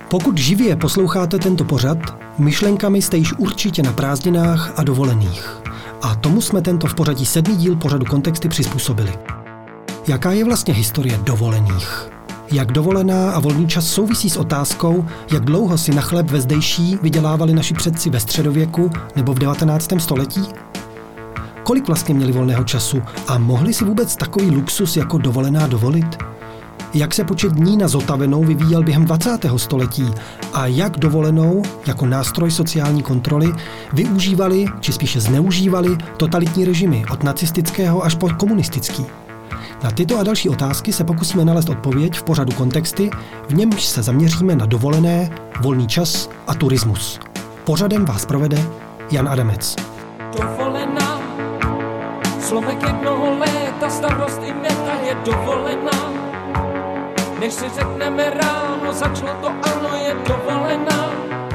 Pokud živě posloucháte tento pořad, myšlenkami jste již určitě na prázdninách a dovolených. A tomu jsme tento v pořadí 7. díl pořadu Kontexty přizpůsobili. Jaká je vlastně historie dovolených? Jak dovolená a volný čas souvisí s otázkou, jak dlouho si na chléb ve zdejší vydělávali naši předci ve středověku nebo v 19. století? Kolik vlastně měli volného času a mohli si vůbec takový luxus jako dovolená dovolit? Jak se počet dní na zotavenou vyvíjel během 20. století a jak dovolenou jako nástroj sociální kontroly využívali, či spíše zneužívali totalitní režimy od nacistického až po komunistický? Na tyto a další otázky se pokusíme nalézt odpověď v pořadu Kontexty, v němž se zaměříme na dovolené, volný čas a turismus. Pořadem vás provede Jan Adamec. Dovolená, člověk je mnoho let a starost i meta je dovolená. Než si řekneme ráno, začalo to ano, je dovolená.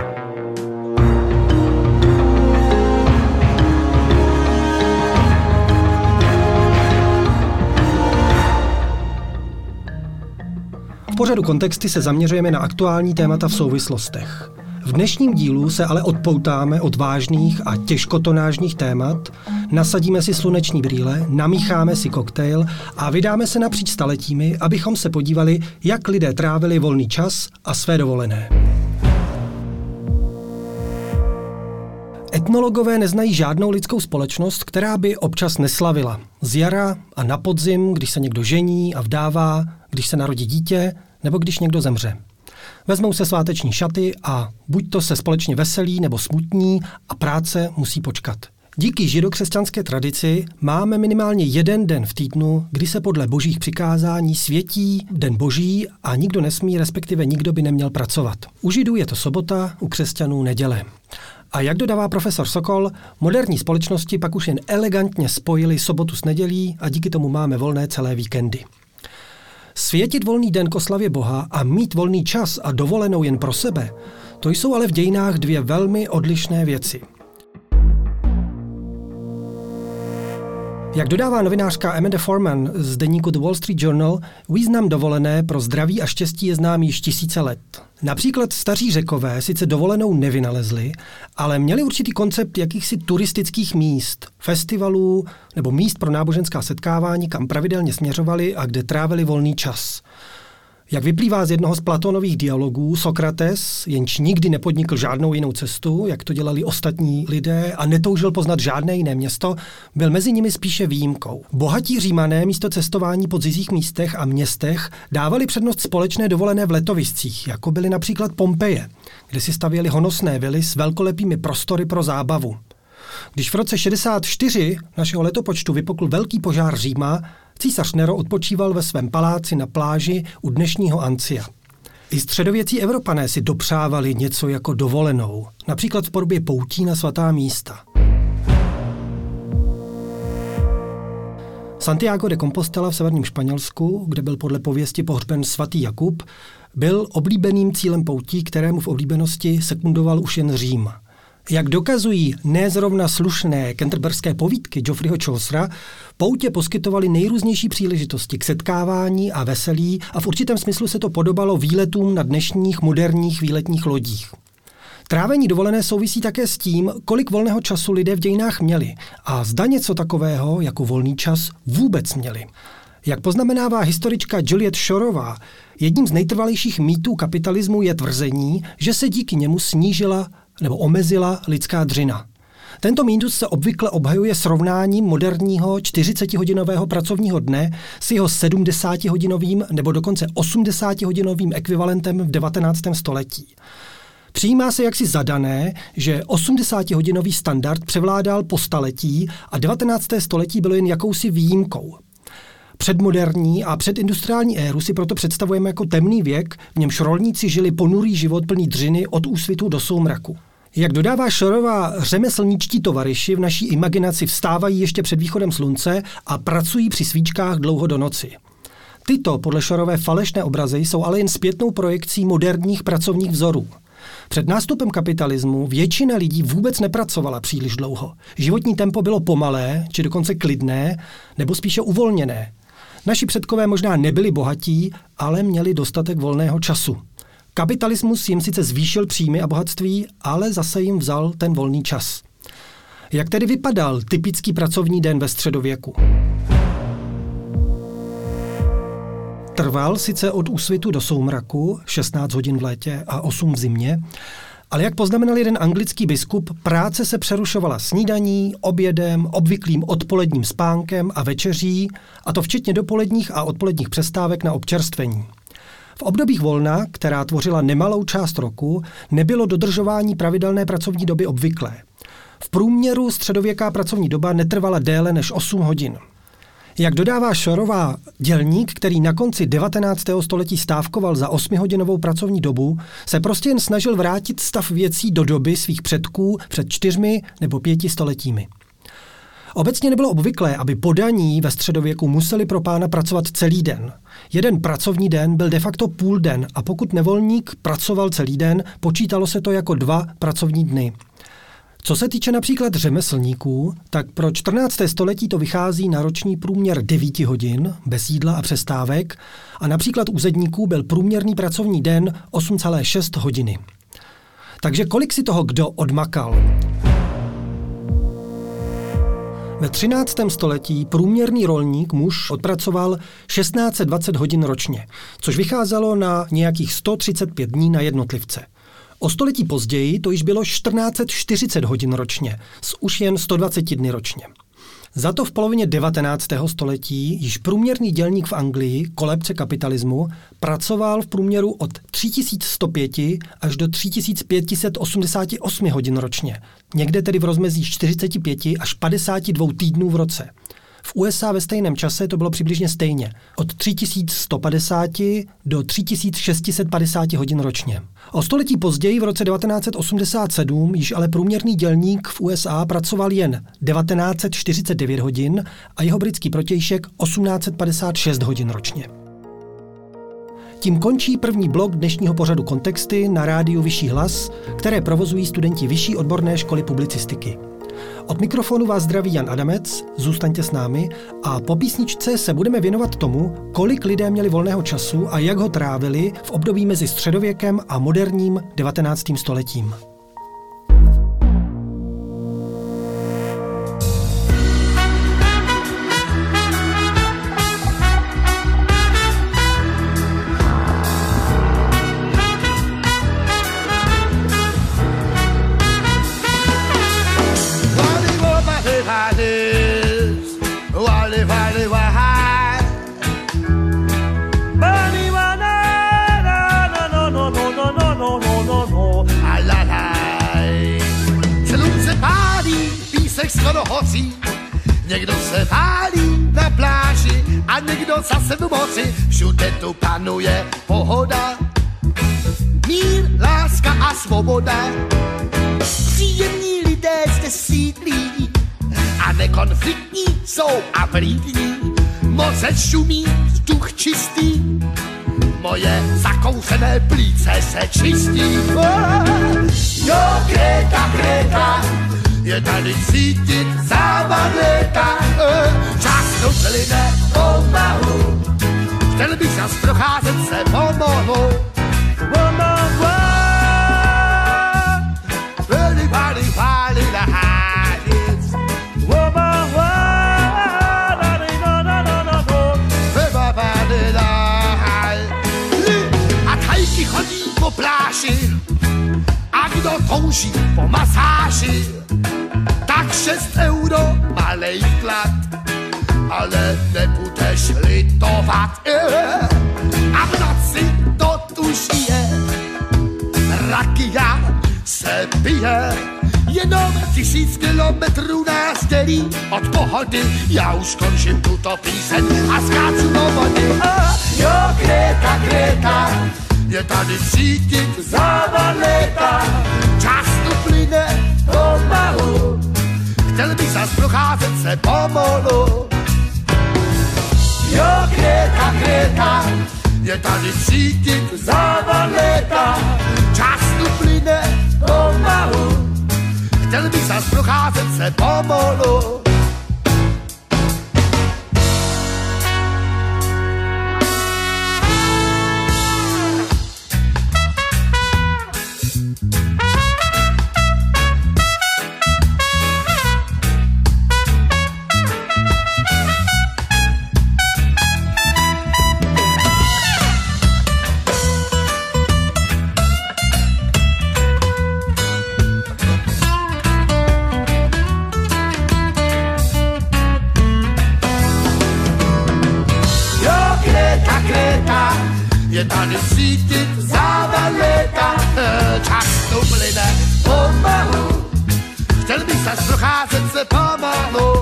V pořadu Kontexty se zaměřujeme na aktuální témata v souvislostech. V dnešním dílu se ale odpoutáme od vážných a těžkotonážních témat, nasadíme si sluneční brýle, namícháme si koktejl a vydáme se napříč staletími, abychom se podívali, jak lidé trávili volný čas a své dovolené. Etnologové neznají žádnou lidskou společnost, která by občas neslavila. Z jara a na podzim, když se někdo žení a vdává, když se narodí dítě, nebo když někdo zemře. Vezmou se sváteční šaty a buď to se společně veselí nebo smutní a práce musí počkat. Díky židokřesťanské tradici máme minimálně jeden den v týdnu, kdy se podle božích přikázání světí den boží a nikdo nesmí, respektive nikdo by neměl pracovat. U židů je to sobota, u křesťanů neděle. A jak dodává profesor Sokol, moderní společnosti pak už jen elegantně spojily sobotu s nedělí a díky tomu máme volné celé víkendy. Světit volný den k oslavě Boha a mít volný čas a dovolenou jen pro sebe, to jsou ale v dějinách dvě velmi odlišné věci. Jak dodává novinářka Amanda Foreman z deníku The Wall Street Journal, význam dovolené pro zdraví a štěstí je znám již tisíce let. Například staří Řekové sice dovolenou nevynalezli, ale měli určitý koncept jakýchsi turistických míst, festivalů nebo míst pro náboženská setkávání, kam pravidelně směřovali a kde trávili volný čas. Jak vyplývá z jednoho z Platonových dialogů, Sokrates, jenž nikdy nepodnikl žádnou jinou cestu, jak to dělali ostatní lidé a netoužil poznat žádné jiné město, byl mezi nimi spíše výjimkou. Bohatí Římané místo cestování po cizích místech a městech dávali přednost společné dovolené v letoviscích, jako byly například Pompeje, kde si stavěli honosné vily s velkolepými prostory pro zábavu. Když v roce 64 našeho letopočtu vypukl velký požár Říma, císař Nero odpočíval ve svém paláci na pláži u dnešního Ancia. I středověcí Evropané si dopřávali něco jako dovolenou, například v podobě poutí na svatá místa. Santiago de Compostela v severním Španělsku, kde byl podle pověsti pohřben svatý Jakub, byl oblíbeným cílem poutí, kterému v oblíbenosti sekundoval už jen Řím. Jak dokazují nezrovna slušné canterburské povídky Geoffreyho Chaucera, poutě poskytovaly nejrůznější příležitosti k setkávání a veselí a v určitém smyslu se to podobalo výletům na dnešních moderních výletních lodích. Trávení dovolené souvisí také s tím, kolik volného času lidé v dějinách měli a zda něco takového jako volný čas vůbec měli. Jak poznamenává historička Juliette Shorová, jedním z nejtrvalejších mýtů kapitalismu je tvrzení, že se díky němu snížila nebo omezila lidská dřina. Tento mýtus se obvykle obhajuje srovnáním moderního 40-hodinového pracovního dne s jeho 70-hodinovým nebo dokonce 80-hodinovým ekvivalentem v 19. století. Přijímá se jaksi zadané, že 80-hodinový standard převládal po staletí a 19. století bylo jen jakousi výjimkou. Předmoderní a předindustriální éru si proto představujeme jako temný věk, v němž rolníci žili ponurý život plný dřiny od úsvitu do soumraku. Jak dodává Shorová, řemeslničtí tovaryši v naší imaginaci vstávají ještě před východem slunce a pracují při svíčkách dlouho do noci. Tyto podle Shorové falešné obrazy jsou ale jen zpětnou projekcí moderních pracovních vzorů. Před nástupem kapitalismu většina lidí vůbec nepracovala příliš dlouho. Životní tempo bylo pomalé, či dokonce klidné, nebo spíše uvolněné. Naši předkové možná nebyli bohatí, ale měli dostatek volného času. Kapitalismus jim sice zvýšil příjmy a bohatství, ale zase jim vzal ten volný čas. Jak tedy vypadal typický pracovní den ve středověku? Trval sice od úsvitu do soumraku, 16 hodin v létě a 8 v zimě, ale jak poznamenal jeden anglický biskup, práce se přerušovala snídaní, obědem, obvyklým odpoledním spánkem a večeří, a to včetně dopoledních a odpoledních přestávek na občerstvení. V obdobích volna, která tvořila nemalou část roku, nebylo dodržování pravidelné pracovní doby obvyklé. V průměru středověká pracovní doba netrvala déle než 8 hodin. Jak dodává Shorová, dělník, který na konci 19. století stávkoval za 8hodinovou pracovní dobu, se prostě jen snažil vrátit stav věcí do doby svých předků před 4 nebo 5 stoletími. Obecně nebylo obvyklé, aby podaní ve středověku museli pro pána pracovat celý den. Jeden pracovní den byl de facto půl den a pokud nevolník pracoval celý den, počítalo se to jako 2 pracovní dny. Co se týče například řemeslníků, tak pro 14. století to vychází na roční průměr 9 hodin, bez jídla a přestávek, a například u zedníků byl průměrný pracovní den 8,6 hodiny. Takže kolik si toho kdo odmakal? Ve 13. století průměrný rolník muž odpracoval 1620 hodin ročně, což vycházelo na nějakých 135 dní na jednotlivce. O století později to již bylo 1440 hodin ročně, s už jen 120 dny ročně. Za to v polovině 19. století již průměrný dělník v Anglii, kolébce kapitalismu, pracoval v průměru od 3105 až do 3588 hodin ročně, někde tedy v rozmezí 45 až 52 týdnů v roce. V USA ve stejném čase to bylo přibližně stejně, od 3150 do 3650 hodin ročně. O století později, v roce 1987, již ale průměrný dělník v USA pracoval jen 1949 hodin a jeho britský protějšek 1856 hodin ročně. Tím končí první blok dnešního pořadu Kontexty na rádiu Vyšší hlas, které provozují studenti Vyšší odborné školy publicistiky. Od mikrofonu vás zdraví Jan Adamec, zůstaňte s námi a po písničce se budeme věnovat tomu, kolik lidé měli volného času a jak ho trávili v období mezi středověkem a moderním 19. stoletím. Skoro hoří, někdo se válí na pláži a někdo zase v moři, všude tu panuje pohoda, mír, láska a svoboda. Příjemní lidé zde sídlí a nekonfliktní jsou a vlídní, moře šumí, vzduch čistý, moje zakouřené plíce se čistí. Jo, Kréta, Kréta, je tady cítit závan léta, čas to plyne pomalu, chtěl bych zas procházet se pomalu. Veli, vali, vali, lahanic. A tajky chodí po pláži a kdo touží po masáži, tak 6 euro malej vklad, ale nebudeš litovat. A v noci to tu žije, rakia se pije, jenom 1000 kilometrů nás dělí od pohody. Já už končím tuto píseň a skáču do vody. Jo, Kréta, Kréta, je tady cítit závan léta, čas tu plyne pomalu, chtěl bych zas procházet se pomalu. Jo, Kréta, Kréta, je tady cítit závan léta, čas tu plyne pomalu, chtěl bych zas procházet se pomalu. je tady cítit závan léta, čas tu plyne pomalu, chtěl bych se procházet se pomalu.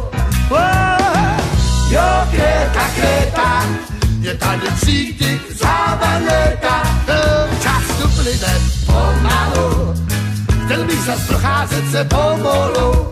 Jo, Kréta, je tady cítit závan léta, čas tu plyne pomalu, chtěl bych se procházet se pomalu.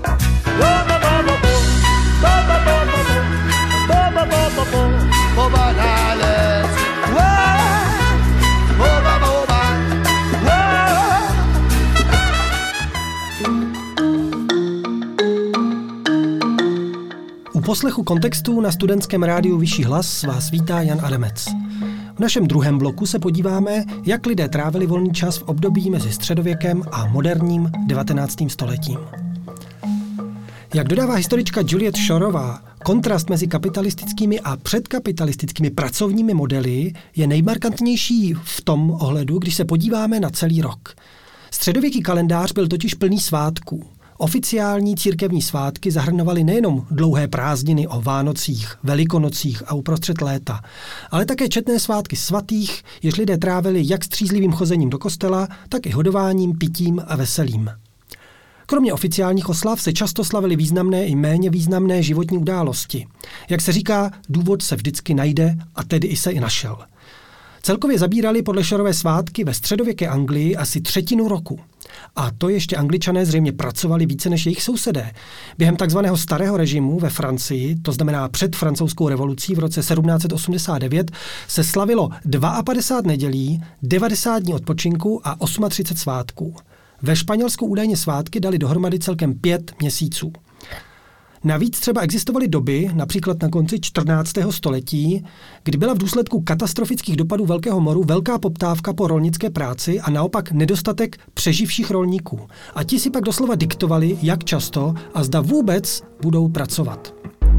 U poslechu kontextu na studentském rádiu Vyšší hlas vás vítá Jan Adamec. V našem druhém bloku se podíváme, jak lidé trávili volný čas v období mezi středověkem a moderním 19. stoletím. Jak dodává historička Juliette Shorová, kontrast mezi kapitalistickými a předkapitalistickými pracovními modely je nejmarkantnější v tom ohledu, když se podíváme na celý rok. Středověký kalendář byl totiž plný svátků. Oficiální církevní svátky zahrnovaly nejenom dlouhé prázdniny o Vánocích, Velikonocích a uprostřed léta, ale také četné svátky svatých, jež lidé trávili jak střízlivým chozením do kostela, tak i hodováním, pitím a veselím. Kromě oficiálních oslav se často slavily významné i méně významné životní události. Jak se říká, důvod se vždycky najde a tedy i se i našel. Celkově zabírali podle Shorové svátky ve středověké Anglii asi třetinu roku. A to ještě Angličané zřejmě pracovali více než jejich sousedé. Během takzvaného starého režimu ve Francii, to znamená před francouzskou revolucí v roce 1789, se slavilo 52 nedělí, 90 dní odpočinku a 38 svátků. Ve Španělsku údajně svátky dali dohromady celkem 5 měsíců. Navíc třeba existovaly doby, například na konci 14. století, kdy byla v důsledku katastrofických dopadů velkého moru velká poptávka po rolnické práci a naopak nedostatek přeživších rolníků. A ti si pak doslova diktovali, jak často a zda vůbec budou pracovat.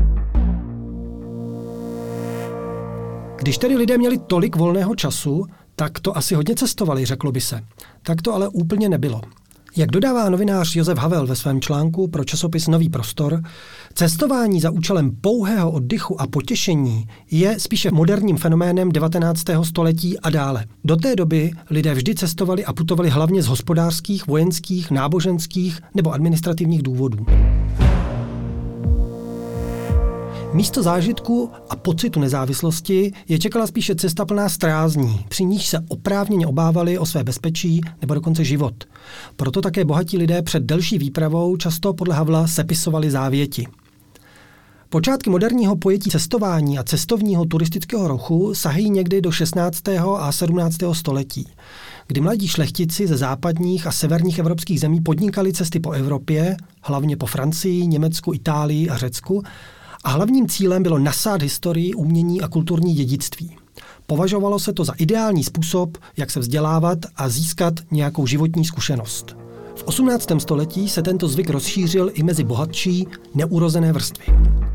Když tedy lidé měli tolik volného času, tak to asi hodně cestovali, řeklo by se. Tak to ale úplně nebylo. Jak dodává novinář Josef Havel ve svém článku pro časopis Nový prostor, cestování za účelem pouhého oddychu a potěšení je spíše moderním fenoménem 19. století a dále. Do té doby lidé vždy cestovali a putovali hlavně z hospodářských, vojenských, náboženských nebo administrativních důvodů. Místo zážitku a pocitu nezávislosti je čekala spíše cesta plná strázní, při níž se oprávněně obávali o své bezpečí nebo dokonce život. Proto také bohatí lidé před delší výpravou často podle Havla sepisovali závěti. Počátky moderního pojetí cestování a cestovního turistického ruchu sahají někdy do 16. a 17. století, kdy mladí šlechtici ze západních a severních evropských zemí podnikali cesty po Evropě, hlavně po Francii, Německu, Itálii a Řecku, a hlavním cílem bylo nasát historii, umění a kulturní dědictví. Považovalo se to za ideální způsob, jak se vzdělávat a získat nějakou životní zkušenost. V 18. století se tento zvyk rozšířil i mezi bohatší, neurozené vrstvy.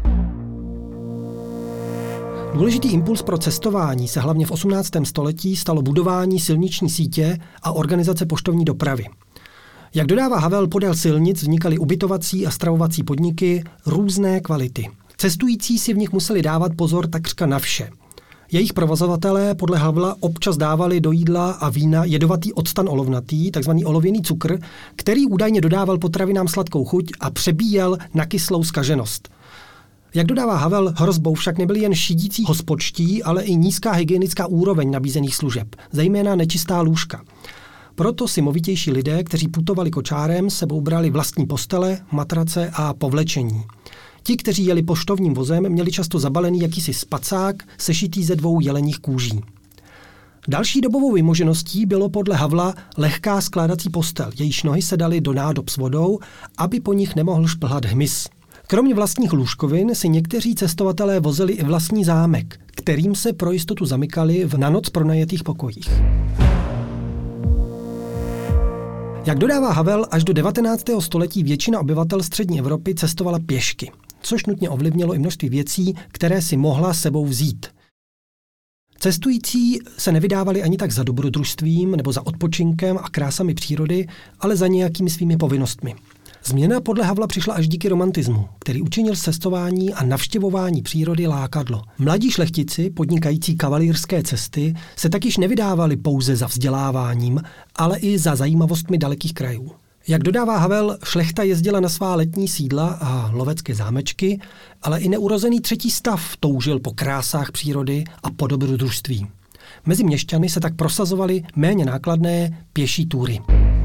Důležitý impuls pro cestování se hlavně v 18. století stalo budování silniční sítě a organizace poštovní dopravy. Jak dodává Havel, podél silnic vznikaly ubytovací a stravovací podniky různé kvality. Cestující si v nich museli dávat pozor takřka na vše. Jejich provozovatelé podle Havla občas dávali do jídla a vína jedovatý octan olovnatý, takzvaný olověný cukr, který údajně dodával potravinám sladkou chuť a přebíjel na kyslou zkaženost. Jak dodává Havel, hrozbou však nebyli jen šidící hospodští, ale i nízká hygienická úroveň nabízených služeb, zejména nečistá lůžka. Proto si movitější lidé, kteří putovali kočárem, sebou brali vlastní postele, matrace a povlečení. Ti, kteří jeli poštovním vozem, měli často zabalený jakýsi spacák, sešitý ze 2 jeleních kůží. Další dobovou vymožeností bylo podle Havla lehká skládací postel, jejíž nohy se daly do nádob s vodou, aby po nich nemohl šplhat hmyz. Kromě vlastních lůžkovin si někteří cestovatelé vozili i vlastní zámek, kterým se pro jistotu zamykali v na noc pronajetých pokojích. Jak dodává Havel, až do 19. století většina obyvatel střední Evropy cestovala pěšky, což nutně ovlivnilo i množství věcí, které si mohla sebou vzít. Cestující se nevydávali ani tak za dobrodružstvím nebo za odpočinkem a krásami přírody, ale za nějakými svými povinnostmi. Změna podle Havla přišla až díky romantismu, který učinil cestování a navštěvování přírody lákadlo. Mladí šlechtici, podnikající kavalírské cesty, se tak již nevydávali pouze za vzděláváním, ale i za zajímavostmi dalekých krajů. Jak dodává Havel, šlechta jezdila na svá letní sídla a lovecké zámečky, ale i neurozený třetí stav toužil po krásách přírody a po dobrodružství. Mezi měšťany se tak prosazovaly méně nákladné pěší túry.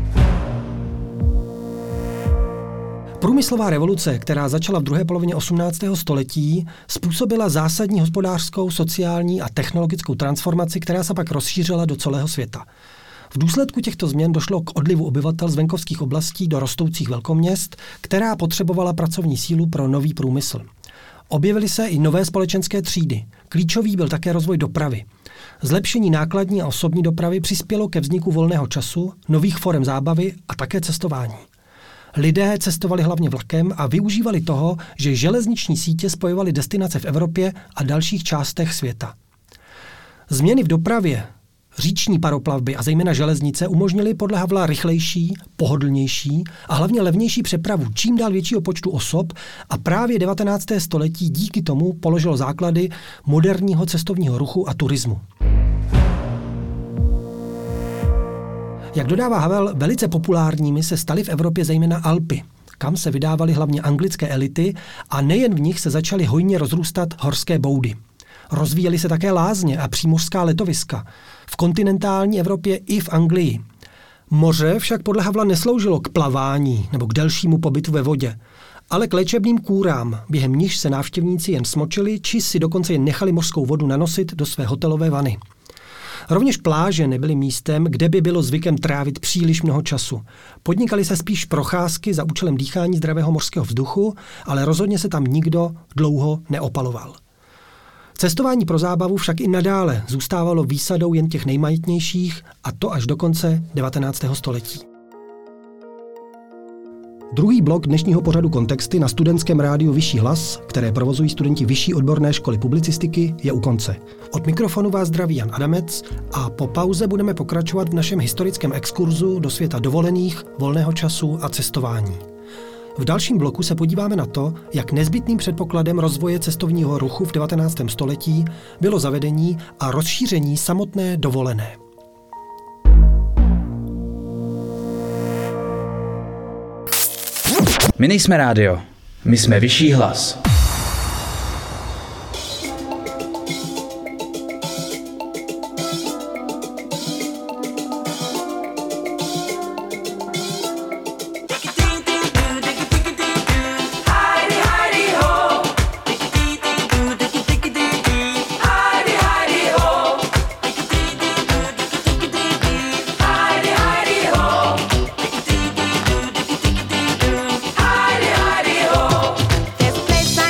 Průmyslová revoluce, která začala v druhé polovině 18. století, způsobila zásadní hospodářskou, sociální a technologickou transformaci, která se pak rozšířila do celého světa. V důsledku těchto změn došlo k odlivu obyvatel z venkovských oblastí do rostoucích velkoměst, která potřebovala pracovní sílu pro nový průmysl. Objevily se i nové společenské třídy. Klíčový byl také rozvoj dopravy. Zlepšení nákladní a osobní dopravy přispělo ke vzniku volného času, nových forem zábavy a také cestování. Lidé cestovali hlavně vlakem a využívali toho, že železniční sítě spojovaly destinace v Evropě a dalších částech světa. Změny v dopravě, říční paroplavby a zejména železnice umožnily podle Havla rychlejší, pohodlnější a hlavně levnější přepravu čím dál většího počtu osob a právě 19. století díky tomu položilo základy moderního cestovního ruchu a turismu. Jak dodává Havel, velice populárními se staly v Evropě zejména Alpy, kam se vydávaly hlavně anglické elity a nejen v nich se začaly hojně rozrůstat horské boudy. Rozvíjely se také lázně a přímořská letoviska v kontinentální Evropě i v Anglii. Moře však podle Havla nesloužilo k plavání nebo k delšímu pobytu ve vodě, ale k léčebným kůrám, během nichž se návštěvníci jen smočili či si dokonce jen nechali mořskou vodu nanosit do své hotelové vany. Rovněž pláže nebyly místem, kde by bylo zvykem trávit příliš mnoho času. Podnikaly se spíš procházky za účelem dýchání zdravého mořského vzduchu, ale rozhodně se tam nikdo dlouho neopaloval. Cestování pro zábavu však i nadále zůstávalo výsadou jen těch nejmajetnějších, a to až do konce 19. století. Druhý blok dnešního pořadu Kontexty na studentském rádiu Vyšší hlas, které provozují studenti Vyšší odborné školy publicistiky, je u konce. Od mikrofonu vás zdraví Jan Adamec a po pauze budeme pokračovat v našem historickém exkurzu do světa dovolených, volného času a cestování. V dalším bloku se podíváme na to, jak nezbytným předpokladem rozvoje cestovního ruchu v 19. století bylo zavedení a rozšíření samotné dovolené. My nejsme rádio, my jsme Vyšší hlas. There's a place I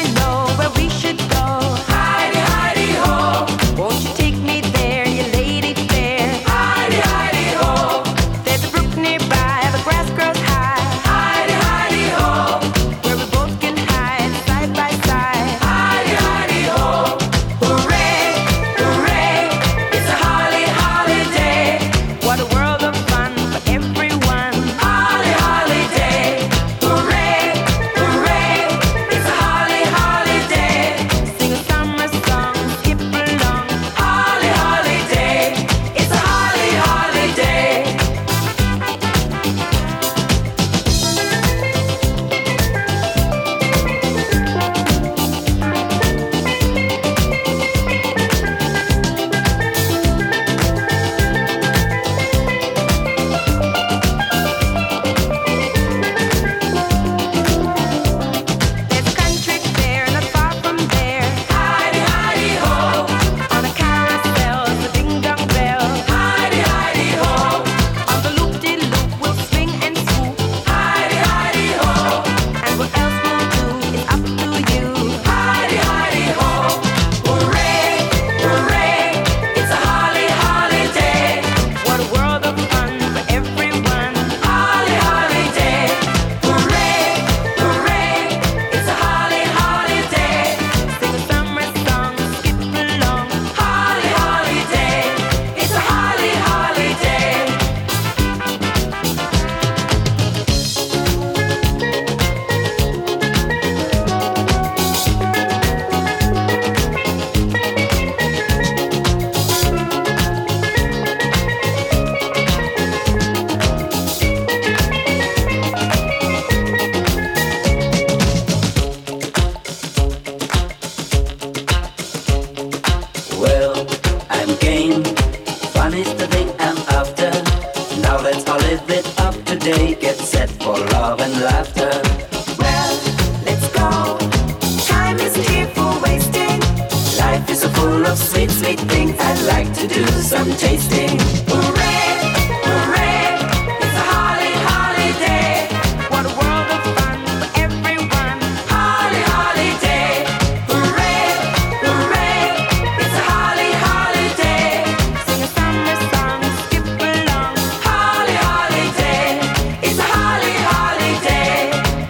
after. Now let's all live it up today. Get set for love and laughter. Well, let's go. Time isn't here for wasting. Life is so full of sweet, sweet things. I'd like to do some tasting. Hooray, hooray, it's a holly, holiday. What a world of fun for everyone. Holly, holiday. Hooray, hooray, it's a holly, holiday. Sing a summer song, skip along. Holly, holiday, it's a holly, holiday.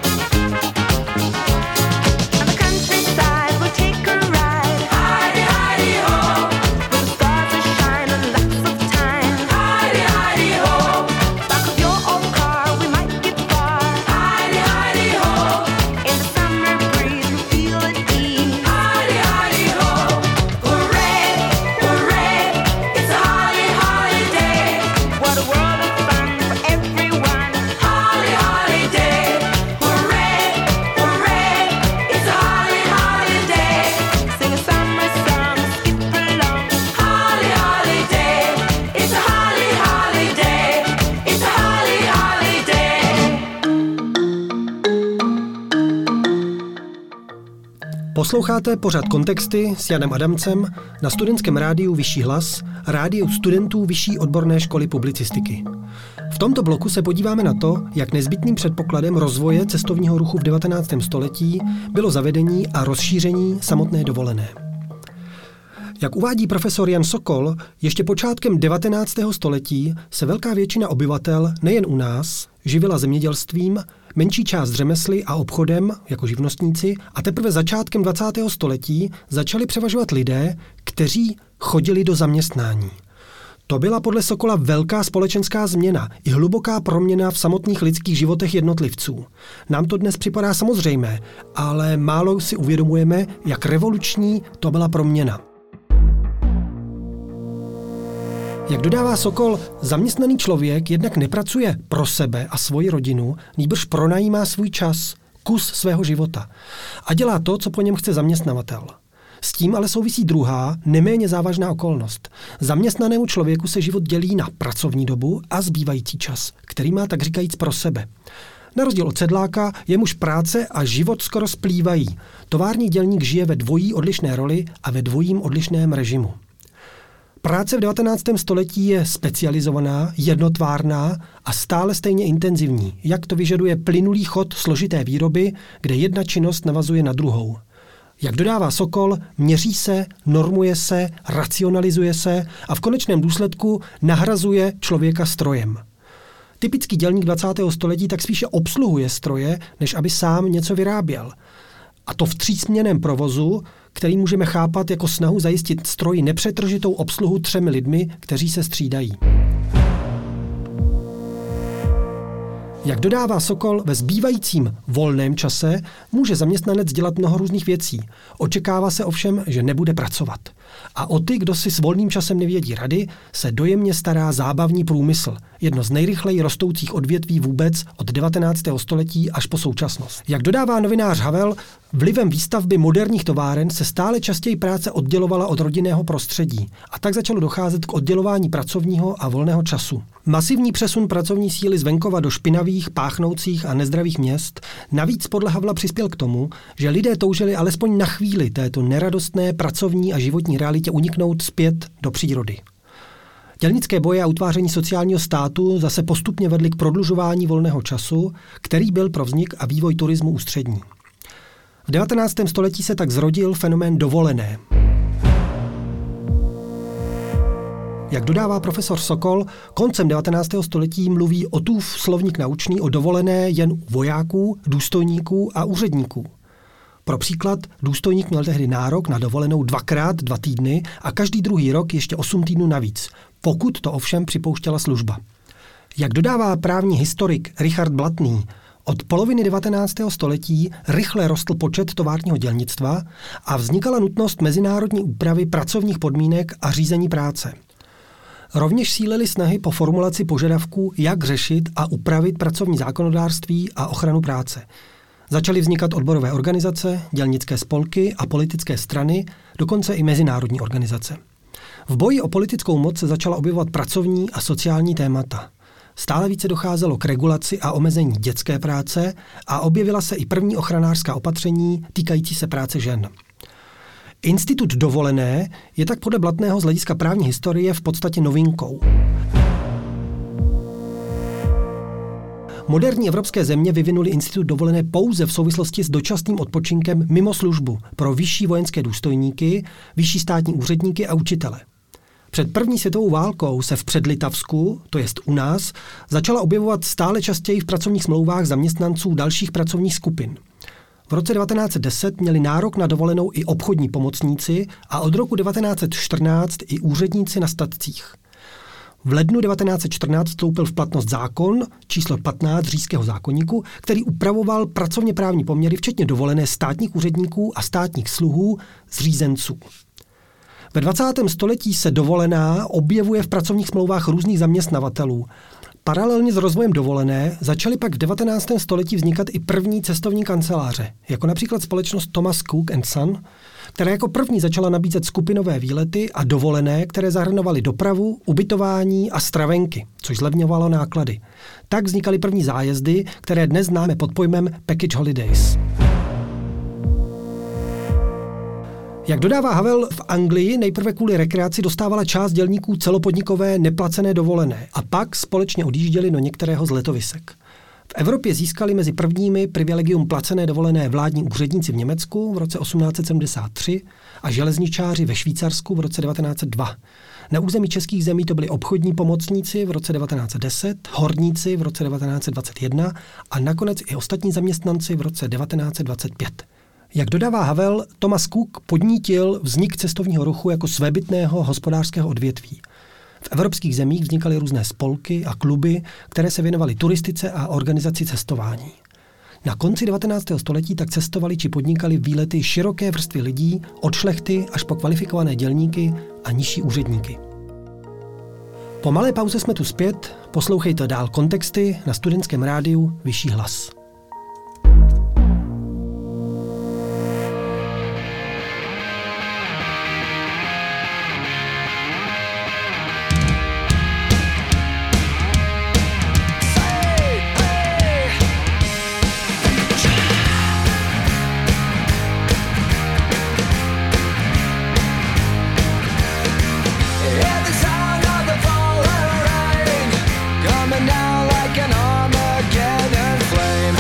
On the countryside, we'll take a ride. Hidey, hidey, ho. Where the stars are shining, lots of time. Hidey, hidey, ho. Back of your old car, we might get far. Hidey, hidey, ho. In the summer breeze, we feel at ease. Hidey, hidey, ho. Hooray, hooray, it's a holly, holiday. What a world of fun for everyone. Holly, holiday. Hooray, hooray, it's a holly, holiday. Sing a summer song, skip along. Holly, holiday, it's a holly, holiday. It's a holly, holiday. Posloucháte pořad Kontexty s Janem Adamcem na studentském rádiu Vyšší hlas, rádiu studentů Vyšší odborné školy publicistiky. V tomto bloku se podíváme na to, jak nezbytným předpokladem rozvoje cestovního ruchu v 19. století bylo zavedení a rozšíření samotné dovolené. Jak uvádí profesor Jan Sokol, ještě počátkem 19. století se velká většina obyvatel, nejen u nás, živila zemědělstvím, menší část řemesly a obchodem jako živnostníci a teprve začátkem 20. století začali převažovat lidé, kteří chodili do zaměstnání. To byla podle Sokola velká společenská změna i hluboká proměna v samotných lidských životech jednotlivců. Nám to dnes připadá samozřejmé, ale málo si uvědomujeme, jak revoluční to byla proměna. Jak dodává Sokol, zaměstnaný člověk jednak nepracuje pro sebe a svoji rodinu, nýbrž pronajímá svůj čas, kus svého života a dělá to, co po něm chce zaměstnavatel. S tím ale souvisí druhá, neméně závažná okolnost. Zaměstnanému člověku se život dělí na pracovní dobu a zbývající čas, který má tak říkajíc pro sebe. Na rozdíl od sedláka, jemuž práce a život skoro splývají. Tovární dělník žije ve dvojí odlišné roli a ve dvojím odlišném režimu. Práce v 19. století je specializovaná, jednotvárná a stále stejně intenzivní, jak to vyžaduje plynulý chod složité výroby, kde jedna činnost navazuje na druhou. Jak dodává Sokol, měří se, normuje se, racionalizuje se a v konečném důsledku nahrazuje člověka strojem. Typický dělník 20. století tak spíše obsluhuje stroje, než aby sám něco vyráběl. A to v třísměnném provozu, který můžeme chápat jako snahu zajistit stroji nepřetržitou obsluhu 3 lidmi, kteří se střídají. Jak dodává Sokol, ve zbývajícím volném čase může zaměstnanec dělat mnoho různých věcí. Očekává se ovšem, že nebude pracovat. A o ty, kdo si s volným časem nevědí rady, se dojemně stará zábavní průmysl, jedno z nejrychleji rostoucích odvětví vůbec od 19. století až po současnost. Jak dodává novinář Havel, vlivem výstavby moderních továren se stále častěji práce oddělovala od rodinného prostředí a tak začalo docházet k oddělování pracovního a volného času. Masivní přesun pracovní síly z venkova do špinavých, páchnoucích a nezdravých měst navíc podle Havla přispěl k tomu, že lidé toužili alespoň na chvíli této neradostné pracovní a životní realitě uniknout zpět do přírody. Dělnické boje a utváření sociálního státu zase postupně vedly k prodlužování volného času, který byl pro vznik a vývoj turismu ústřední. V 19. století se tak zrodil fenomén dovolené. Jak dodává profesor Sokol, koncem 19. století mluví Ottův slovník naučný o dovolené jen u vojáků, důstojníků a úředníků. Pro příklad, důstojník měl tehdy nárok na dovolenou 2x 2 týdny a každý druhý rok ještě 8 týdnů navíc, pokud to ovšem připouštěla služba. Jak dodává právní historik Richard Blatný, od poloviny 19. století rychle rostl počet továrního dělnictva a vznikala nutnost mezinárodní úpravy pracovních podmínek a řízení práce. Rovněž sílily snahy po formulaci požadavků, jak řešit a upravit pracovní zákonodárství a ochranu práce. Začaly vznikat odborové organizace, dělnické spolky a politické strany, dokonce i mezinárodní organizace. V boji o politickou moc se začala objevovat pracovní a sociální témata. Stále více docházelo k regulaci a omezení dětské práce a objevila se i první ochranářská opatření týkající se práce žen. Institut dovolené je tak podle Blatného z hlediska právní historie v podstatě novinkou. Moderní evropské země vyvinuly institut dovolené pouze v souvislosti s dočasným odpočinkem mimo službu pro vyšší vojenské důstojníky, vyšší státní úředníky a učitele. Před první světovou válkou se v Předlitavsku, to jest u nás, začala objevovat stále častěji v pracovních smlouvách zaměstnanců dalších pracovních skupin. V roce 1910 měli nárok na dovolenou i obchodní pomocníci a od roku 1914 i úředníci na statcích. V lednu 1914 vstoupil v platnost zákon číslo 15 Říšského zákoníku, který upravoval pracovně právní poměry, včetně dovolené státních úředníků a státních sluhů zřízenců. Ve 20. století se dovolená objevuje v pracovních smlouvách různých zaměstnavatelů. Paralelně s rozvojem dovolené začaly pak v 19. století vznikat i první cestovní kanceláře, jako například společnost Thomas Cook & Son, která jako první začala nabízet skupinové výlety a dovolené, které zahrnovaly dopravu, ubytování a stravenky, což zlevňovalo náklady. Tak vznikaly první zájezdy, které dnes známe pod pojmem Package Holidays. Jak dodává Havel, v Anglii nejprve kvůli rekreaci dostávala část dělníků celopodnikové neplacené dovolené a pak společně odjížděli do některého z letovisek. V Evropě získali mezi prvními privilegium placené dovolené vládní úředníci v Německu v roce 1873 a železničáři ve Švýcarsku v roce 1902. Na území českých zemí to byli obchodní pomocníci v roce 1910, horníci v roce 1921 a nakonec i ostatní zaměstnanci v roce 1925. Jak dodává Havel, Thomas Cook podnítil vznik cestovního ruchu jako svébytného hospodářského odvětví. V evropských zemích vznikaly různé spolky a kluby, které se věnovaly turistice a organizaci cestování. Na konci 19. století tak cestovali či podnikali výlety široké vrstvy lidí, od šlechty až po kvalifikované dělníky a nižší úředníky. Po malé pauze jsme tu zpět, poslouchejte dál kontexty na studentském rádiu Vyšší hlas. Down like an Armageddon flame.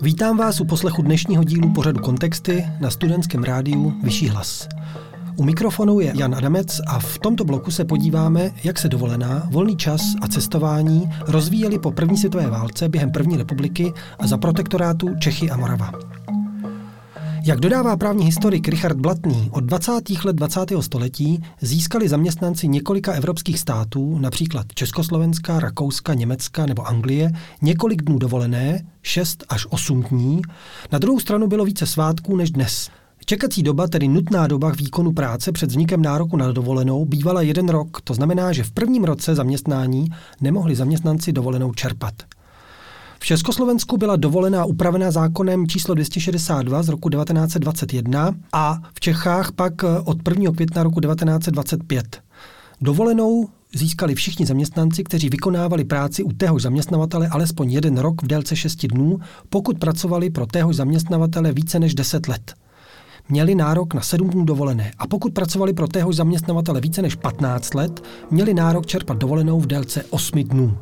Vítám vás u poslechu dnešního dílu pořadu Kontexty na studentském rádiu Vyšší hlas. U mikrofonu je Jan Adamec a v tomto bloku se podíváme, jak se dovolená, volný čas a cestování rozvíjely po první světové válce během první republiky a za protektorátu Čechy a Morava. Jak dodává právní historik Richard Blatný, od 20. let 20. století získali zaměstnanci několika evropských států, například Československa, Rakouska, Německa nebo Anglie, několik dnů dovolené, 6 až 8 dní. Na druhou stranu bylo více svátků než dnes. Čekací doba, tedy nutná doba výkonu práce před vznikem nároku na dovolenou, bývala 1 rok. To znamená, že v prvním roce zaměstnání nemohli zaměstnanci dovolenou čerpat. V Československu byla dovolená upravená zákonem číslo 262 z roku 1921 a v Čechách pak od 1. května roku 1925. Dovolenou získali všichni zaměstnanci, kteří vykonávali práci u téhož zaměstnavatele alespoň 1 rok v délce 6 dnů, pokud pracovali pro téhož zaměstnavatele více než 10 let. Měli nárok na 7 dnů dovolené a pokud pracovali pro téhož zaměstnavatele více než 15 let, měli nárok čerpat dovolenou v délce 8 dnů.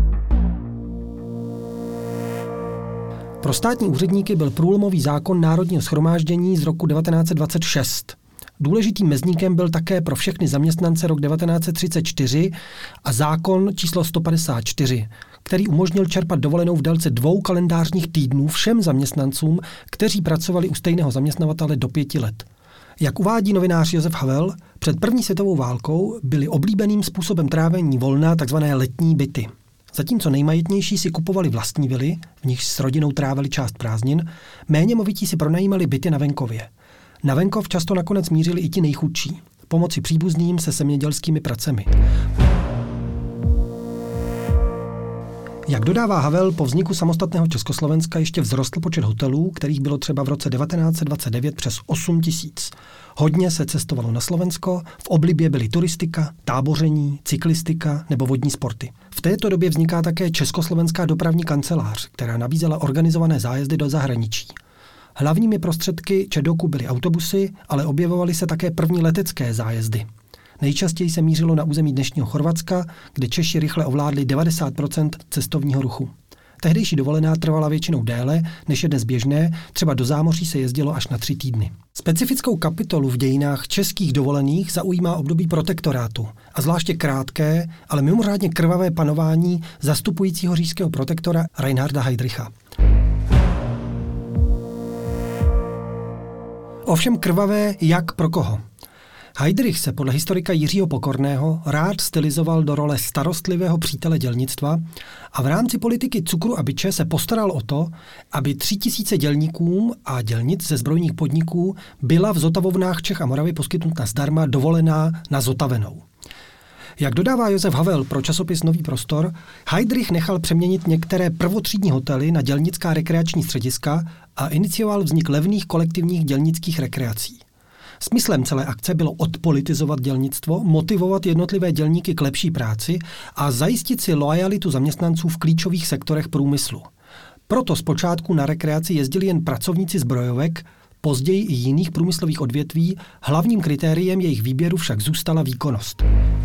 Pro státní úředníky byl průlomový zákon Národního shromáždění z roku 1926. Důležitým mezníkem byl také pro všechny zaměstnance rok 1934 a zákon číslo 154, který umožnil čerpat dovolenou v délce 2 kalendářních týdnů všem zaměstnancům, kteří pracovali u stejného zaměstnavatele do 5 let. Jak uvádí novinář Josef Havel, před první světovou válkou byly oblíbeným způsobem trávení volna tzv. Letní byty. Zatímco nejmajetnější si kupovali vlastní vily, v nichž s rodinou trávili část prázdnin, méně movití si pronajímali byty na venkově. Na venkov často nakonec mířili i ti nejchudší, pomoci příbuzným se zemědělskými pracemi. Jak dodává Havel, po vzniku samostatného Československa ještě vzrostl počet hotelů, kterých bylo třeba v roce 1929 přes 8 000. Hodně se cestovalo na Slovensko, v oblibě byly turistika, táboření, cyklistika nebo vodní sporty. V této době vzniká také Československá dopravní kancelář, která nabízela organizované zájezdy do zahraničí. Hlavními prostředky ČEDOKu byly autobusy, ale objevovaly se také první letecké zájezdy. Nejčastěji se mířilo na území dnešního Chorvatska, kde Češi rychle ovládli 90% cestovního ruchu. Tehdejší dovolená trvala většinou déle, než je dnes běžné, třeba do zámoří se jezdilo až na 3 týdny. Specifickou kapitolu v dějinách českých dovolených zaujímá období protektorátu a zvláště krátké, ale mimořádně krvavé panování zastupujícího říšského protektora Reinharda Heydricha. Ovšem krvavé jak pro koho? Heydrich se podle historika Jiřího Pokorného rád stylizoval do role starostlivého přítele dělnictva a v rámci politiky cukru a biče se postaral o to, aby 3000 dělníkům a dělnic ze zbrojních podniků byla v zotavovnách Čech a Moravy poskytnuta zdarma dovolená na zotavenou. Jak dodává Josef Havel pro časopis Nový prostor, Heydrich nechal přeměnit některé prvotřídní hotely na dělnická rekreační střediska a inicioval vznik levných kolektivních dělnických rekreací. Smyslem celé akce bylo odpolitizovat dělnictvo, motivovat jednotlivé dělníky k lepší práci a zajistit si loajalitu zaměstnanců v klíčových sektorech průmyslu. Proto zpočátku na rekreaci jezdili jen pracovníci zbrojovek, později i jiných průmyslových odvětví, hlavním kritériem jejich výběru však zůstala výkonnost.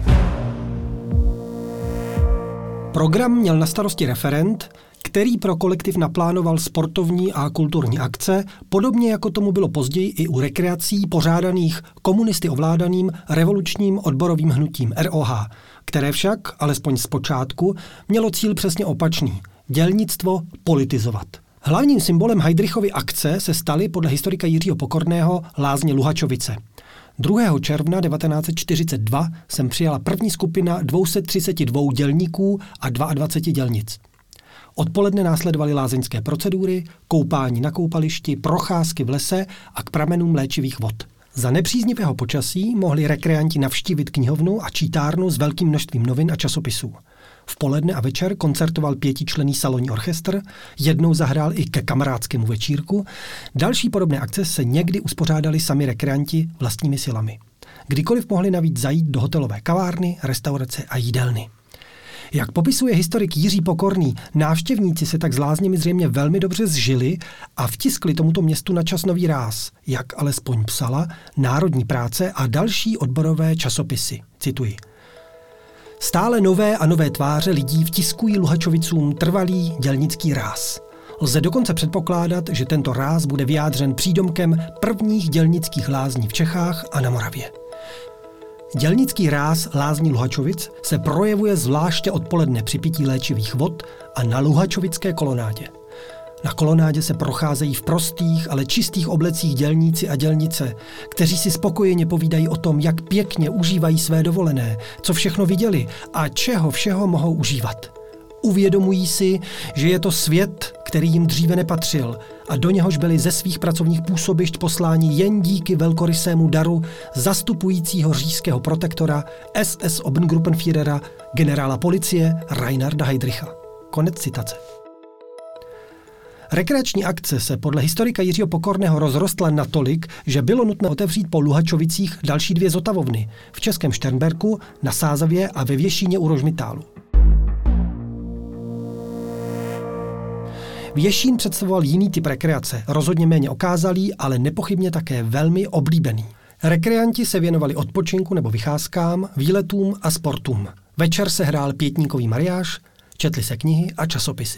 Program měl na starosti referent, který pro kolektiv naplánoval sportovní a kulturní akce, podobně jako tomu bylo později i u rekreací pořádaných komunisty ovládaným revolučním odborovým hnutím ROH, které však, alespoň zpočátku, mělo cíl přesně opačný – dělnictvo politizovat. Hlavním symbolem Heydrichovy akce se staly podle historika Jiřího Pokorného lázně Luhačovice. 2. června 1942 sem přijala první skupina 232 dělníků a 22 dělnic. Odpoledne následovaly lázeňské procedury, koupání na koupališti, procházky v lese a k pramenům léčivých vod. Za nepříznivého počasí mohli rekreanti navštívit knihovnu a čítárnu s velkým množstvím novin a časopisů. V poledne a večer koncertoval 5členný salonní orchestr, jednou zahrál i ke kamarádskému večírku. Další podobné akce se někdy uspořádali sami rekreanti vlastními silami. Kdykoliv mohli navíc zajít do hotelové kavárny, restaurace a jídelny. Jak popisuje historik Jiří Pokorný, návštěvníci se tak s lázněmi zřejmě velmi dobře zžili a vtiskli tomuto městu na čas nový ráz, jak alespoň psala Národní práce a další odborové časopisy. Cituji. Stále nové a nové tváře lidí vtiskují Luhačovicům trvalý dělnický ráz. Lze dokonce předpokládat, že tento ráz bude vyjádřen přídomkem prvních dělnických lázní v Čechách a na Moravě. Dělnický ráz lázní Luhačovic se projevuje zvláště odpoledne při pití léčivých vod a na luhačovické kolonádě. Na kolonádě se procházejí v prostých, ale čistých oblecích dělníci a dělnice, kteří si spokojeně povídají o tom, jak pěkně užívají své dovolené, co všechno viděli a čeho všeho mohou užívat. Uvědomují si, že je to svět, který jim dříve nepatřil a do něhož byli ze svých pracovních působišť posláni jen díky velkorysému daru zastupujícího říšského protektora SS Obergruppenführera generála policie Reinharda Heydricha. Konec citace. Rekreační akce se podle historika Jiřího Pokorného rozrostla natolik, že bylo nutné otevřít po Luhačovicích další 2 zotavovny v Českém Šternberku, na Sázavě a ve Věšíně u Rožmitálu. Věšín představoval jiný typ rekreace, rozhodně méně okázalý, ale nepochybně také velmi oblíbený. Rekreanti se věnovali odpočinku nebo vycházkám, výletům a sportům. Večer se hrál pětníkový mariáš, četly se knihy a časopisy.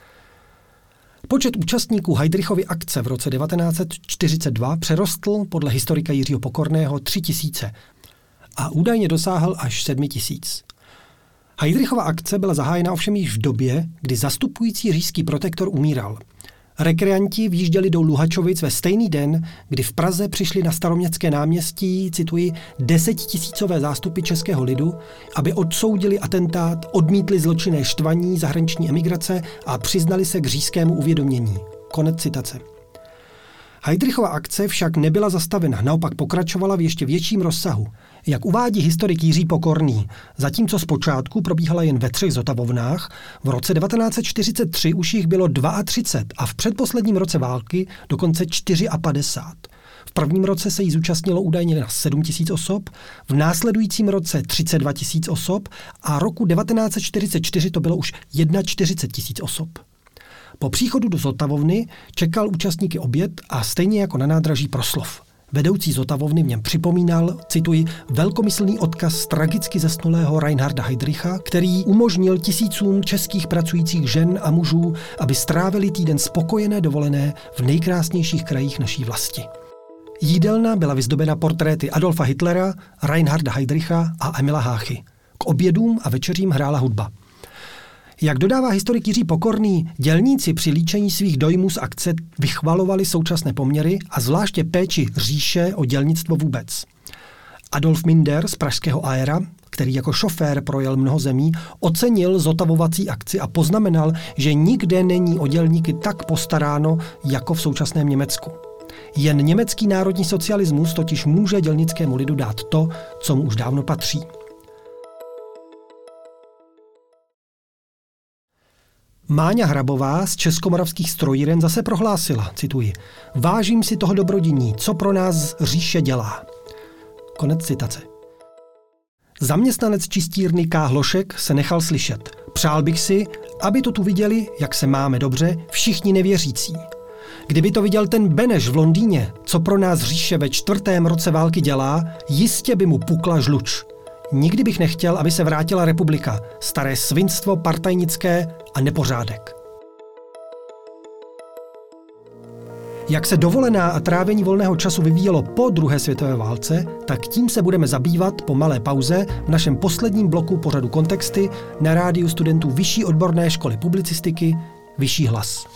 Počet účastníků Heydrichovy akce v roce 1942 přerostl podle historika Jiřího Pokorného 3000 a údajně dosáhl až 7000. Heydrichova akce byla zahájena ovšem již v době, kdy zastupující říšský protektor umíral. Rekreanti vjížděli do Luhačovic ve stejný den, kdy v Praze přišli na Staroměstské náměstí, cituji, 10 000 zástupy českého lidu, aby odsoudili atentát, odmítli zločinné štvaní zahraniční emigrace a přiznali se k říšskému uvědomění. Konec citace. Heydrichova akce však nebyla zastavena, naopak pokračovala v ještě větším rozsahu. Jak uvádí historik Jiří Pokorný, zatímco zpočátku probíhala jen ve 3 zotavovnách, v roce 1943 už jich bylo 32 a v předposledním roce války dokonce 54. V prvním roce se jí zúčastnilo údajně na 7 000 osob, v následujícím roce 32 000 osob a roku 1944 to bylo už 41 000 osob. Po příchodu do zotavovny čekal účastníky oběd a stejně jako na nádraží proslov. Vedoucí zotavovny v něm připomínal, cituji, velkomyslný odkaz tragicky zesnulého Reinharda Heydricha, který umožnil tisícům českých pracujících žen a mužů, aby strávili týden spokojené dovolené v nejkrásnějších krajích naší vlasti. Jídelna byla vyzdobena portréty Adolfa Hitlera, Reinharda Heydricha a Emila Háchy. K obědům a večeřím hrála hudba. Jak dodává historik Jiří Pokorný, dělníci při líčení svých dojmů z akce vychvalovali současné poměry a zvláště péči říše o dělnictvo vůbec. Adolf Minder z pražského Aera, který jako šofér projel mnoho zemí, ocenil zotavovací akci a poznamenal, že nikde není o dělníky tak postaráno jako v současném Německu. Jen německý národní socialismus totiž může dělnickému lidu dát to, co mu už dávno patří. Máňa Hrabová z Českomoravských strojíren zase prohlásila, cituji, vážím si toho dobrodiní, co pro nás říše dělá. Konec citace. Zaměstnanec čistírny K. Hlošek se nechal slyšet. Přál bych si, aby to tu viděli, jak se máme dobře, všichni nevěřící. Kdyby to viděl ten Beneš v Londýně, co pro nás říše ve 4. roce války dělá, jistě by mu pukla žluč. Nikdy bych nechtěl, aby se vrátila republika, staré svinstvo partajnické a nepořádek. Jak se dovolená a trávení volného času vyvíjelo po druhé světové válce, tak tím se budeme zabývat po malé pauze v našem posledním bloku pořadu Kontexty na rádiu studentů Vyšší odborné školy publicistiky Vyšší hlas.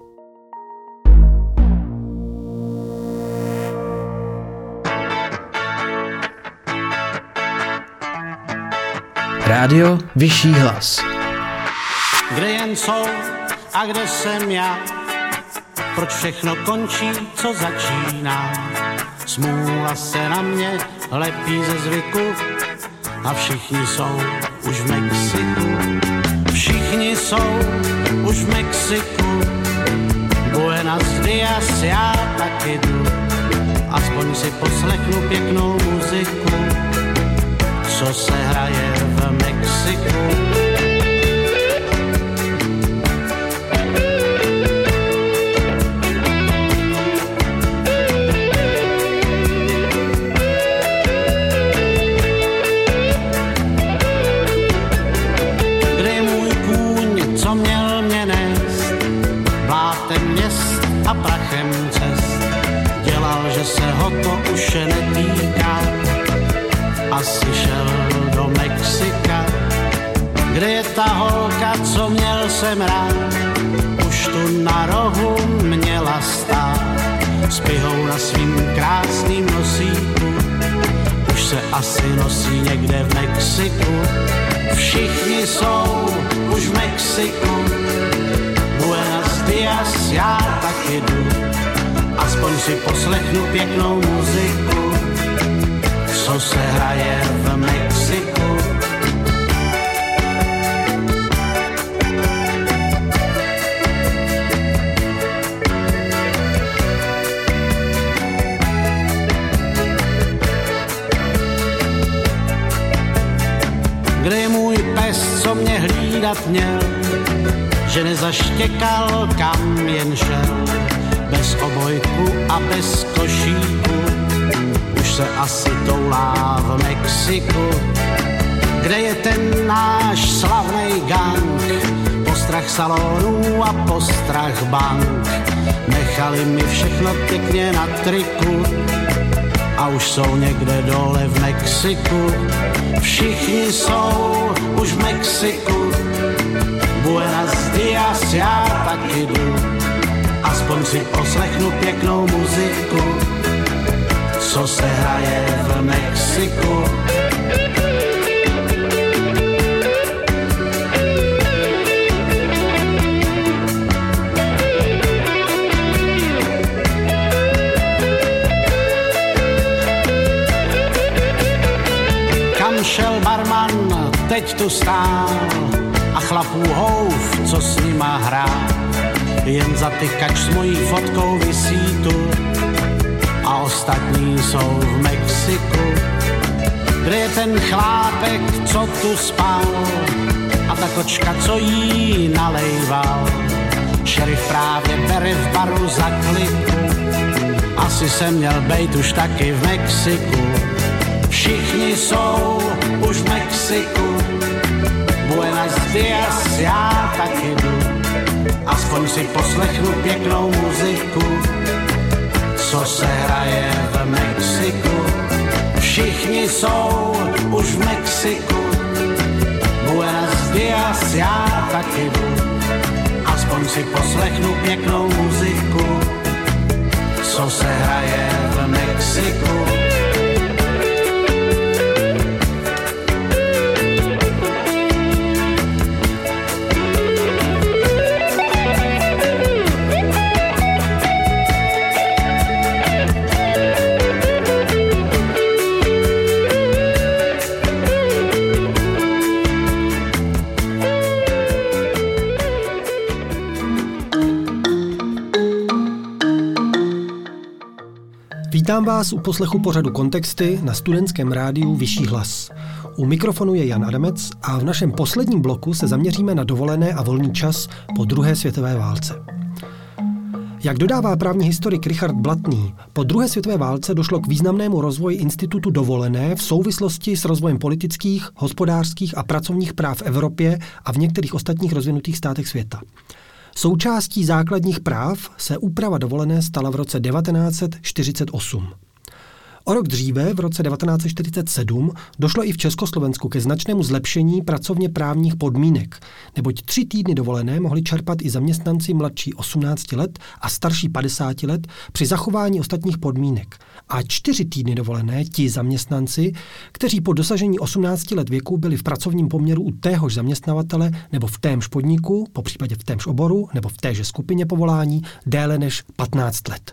Rádio Vyšší hlas. Kde jen jsou a kde jsem já? Proč všechno končí, co začíná? Smůla se na mě lepí ze zvyku a všichni jsou už v Mexiku. Všichni jsou už v Mexiku. Buenos dias, já taky jdu. Aspoň si poslechnu pěknou muziku, co se hraje v Mexiku. Kde je můj kůň, co měl mě nést? holka, co měl jsem rád, už tu na rohu měla stát s pihou na svým krásným nosíku. Už se asi nosí někde v Mexiku. Všichni jsou už v Mexiku. Buenos dias, já taky jdu. Aspoň si poslechnu pěknou muziku, co se hraje v Mexiku. Kde je můj pes, co mě hlídat měl, že nezaštěkal, kam jen šel, bez obojku a bez košíku, už se asi toulá v Mexiku. Kde je ten náš slavnej gang, postrach salonů a postrach bank, nechali mi všechno pěkně na triku a už jsou někde dole v Mexiku. Všichni jsou už v Mexiku. Buenos dias, já taky jdu. Aspoň si poslechnu pěknou muziku, co se hraje v Mexiku. Kam šel barman, teď tu stál a chlapů houf, co s nima hrál. Jen zatykač s mojí fotkou visí tu a ostatní jsou v Mexiku. Kde je ten chlápek, co tu spal a ta kočka, co jí nalejval? Šerif právě bere v baru za kliku, asi jsem měl bejt už taky v Mexiku. Všichni jsou už v Mexiku. Buenos dias, já taky jdu. Aspoň si poslechnu pěknou muziku, co se hraje v Mexiku. Všichni jsou už v Mexiku. Buenos dias, já taky jdu. Aspoň si poslechnu pěknou muziku, co se hraje v Mexiku. Vítám vás u poslechu pořadu Kontexty na studentském rádiu Vyšší hlas. U mikrofonu je Jan Adamec a v našem posledním bloku se zaměříme na dovolené a volný čas po druhé světové válce. Jak dodává právní historik Richard Blatný, po druhé světové válce došlo k významnému rozvoji institutu dovolené v souvislosti s rozvojem politických, hospodářských a pracovních práv v Evropě a v některých ostatních rozvinutých státech světa. Součástí základních práv se úprava dovolené stala v roce 1948. O rok dříve, v roce 1947, došlo i v Československu ke značnému zlepšení pracovně právních podmínek, neboť 3 týdny dovolené mohli čerpat i zaměstnanci mladší 18 let a starší 50 let při zachování ostatních podmínek. A 4 týdny dovolené ti zaměstnanci, kteří po dosažení 18 let věku byli v pracovním poměru u téhož zaměstnavatele nebo v témž podniku, popřípadě v témž oboru nebo v téže skupině povolání, déle než 15 let.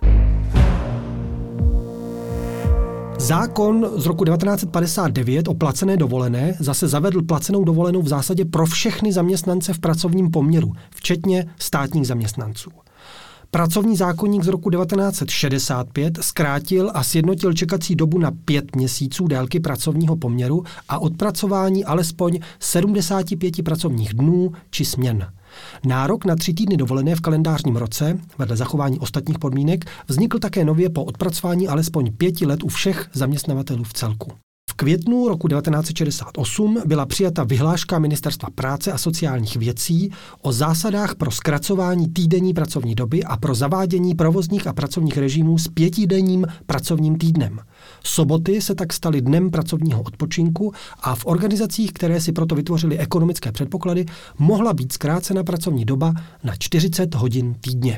Zákon z roku 1959 o placené dovolené zase zavedl placenou dovolenou v zásadě pro všechny zaměstnance v pracovním poměru, včetně státních zaměstnanců. Pracovní zákoník z roku 1965 zkrátil a sjednotil čekací dobu na 5 měsíců délky pracovního poměru a odpracování alespoň 75 pracovních dnů či směn. Nárok na 3 týdny dovolené v kalendářním roce, vedle zachování ostatních podmínek, vznikl také nově po odpracování alespoň 5 let u všech zaměstnavatelů v celku. V květnu roku 1968 byla přijata vyhláška Ministerstva práce a sociálních věcí o zásadách pro zkracování týdenní pracovní doby a pro zavádění provozních a pracovních režimů s 5denním pracovním týdnem. Soboty se tak staly dnem pracovního odpočinku a v organizacích, které si proto vytvořily ekonomické předpoklady, mohla být zkrácena pracovní doba na 40 hodin týdně.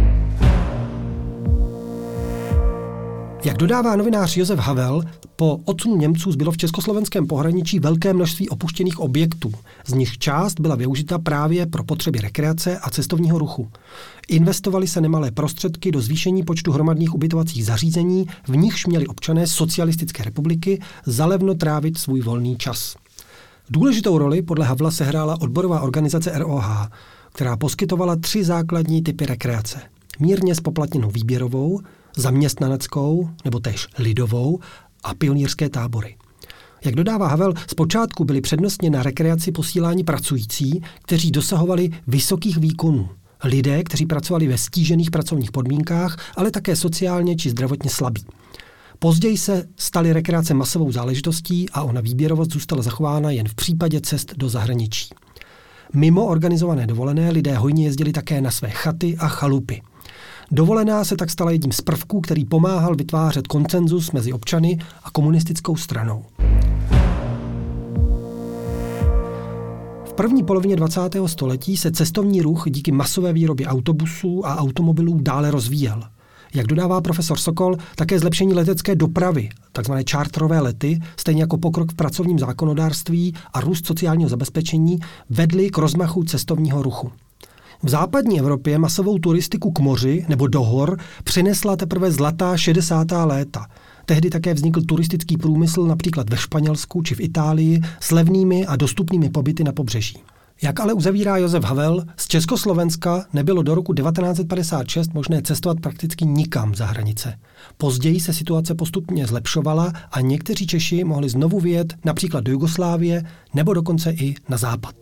Jak dodává novinář Josef Havel, po odsunu Němců zbylo v československém pohraničí velké množství opuštěných objektů. Z nich část byla využita právě pro potřeby rekreace a cestovního ruchu. Investovaly se nemalé prostředky do zvýšení počtu hromadných ubytovacích zařízení, v nichž měli občané socialistické republiky zalevno trávit svůj volný čas. Důležitou roli podle Havla sehrála odborová organizace ROH, která poskytovala 3 základní typy rekreace. Mírně zpoplatněnou výběrovou, zaměstnaneckou nebo též lidovou a pionýrské tábory. Jak dodává Havel, zpočátku byli přednostně na rekreaci posíláni pracující, kteří dosahovali vysokých výkonů. Lidé, kteří pracovali ve stížených pracovních podmínkách, ale také sociálně či zdravotně slabí. Později se staly rekreace masovou záležitostí a ona výběrovost zůstala zachována jen v případě cest do zahraničí. Mimo organizované dovolené lidé hojně jezdili také na své chaty a chalupy. Dovolená se tak stala jedním z prvků, který pomáhal vytvářet konsenzus mezi občany a komunistickou stranou. V první polovině 20. století se cestovní ruch díky masové výrobě autobusů a automobilů dále rozvíjel. Jak dodává profesor Sokol, také zlepšení letecké dopravy, takzvané čártrové lety, stejně jako pokrok v pracovním zákonodárství a růst sociálního zabezpečení vedly k rozmachu cestovního ruchu. V západní Evropě masovou turistiku k moři nebo do hor přinesla teprve zlatá 60. léta. Tehdy také vznikl turistický průmysl například ve Španělsku či v Itálii s levnými a dostupnými pobyty na pobřeží. Jak ale uzavírá Josef Havel, z Československa nebylo do roku 1956 možné cestovat prakticky nikam za hranice. Později se situace postupně zlepšovala a někteří Češi mohli znovu vyjet například do Jugoslávie nebo dokonce i na západ.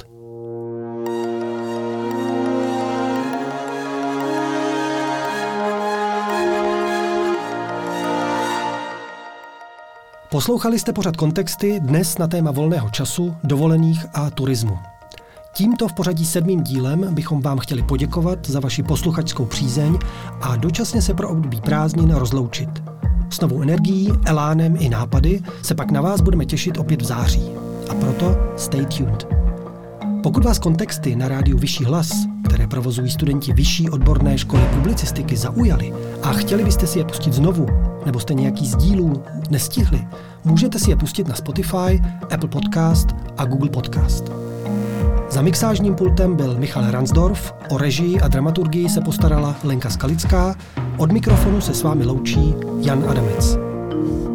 Poslouchali jste pořad Kontexty dnes na téma volného času, dovolených a turismu. Tímto v pořadí 7. dílem bychom vám chtěli poděkovat za vaši posluchačskou přízeň a dočasně se pro období prázdnin rozloučit. S novou energií, elánem i nápady se pak na vás budeme těšit opět v září. A proto stay tuned. Pokud vás Kontexty na rádiu Vyšší hlas, které provozují studenti Vyšší odborné školy publicistiky, zaujaly a chtěli byste si je pustit znovu, nebo jste nějaký z dílů nestihli, můžete si je pustit na Spotify, Apple Podcast a Google Podcast. Za mixážním pultem byl Michal Ransdorf, o režii a dramaturgii se postarala Lenka Skalická, od mikrofonu se s vámi loučí Jan Adamec.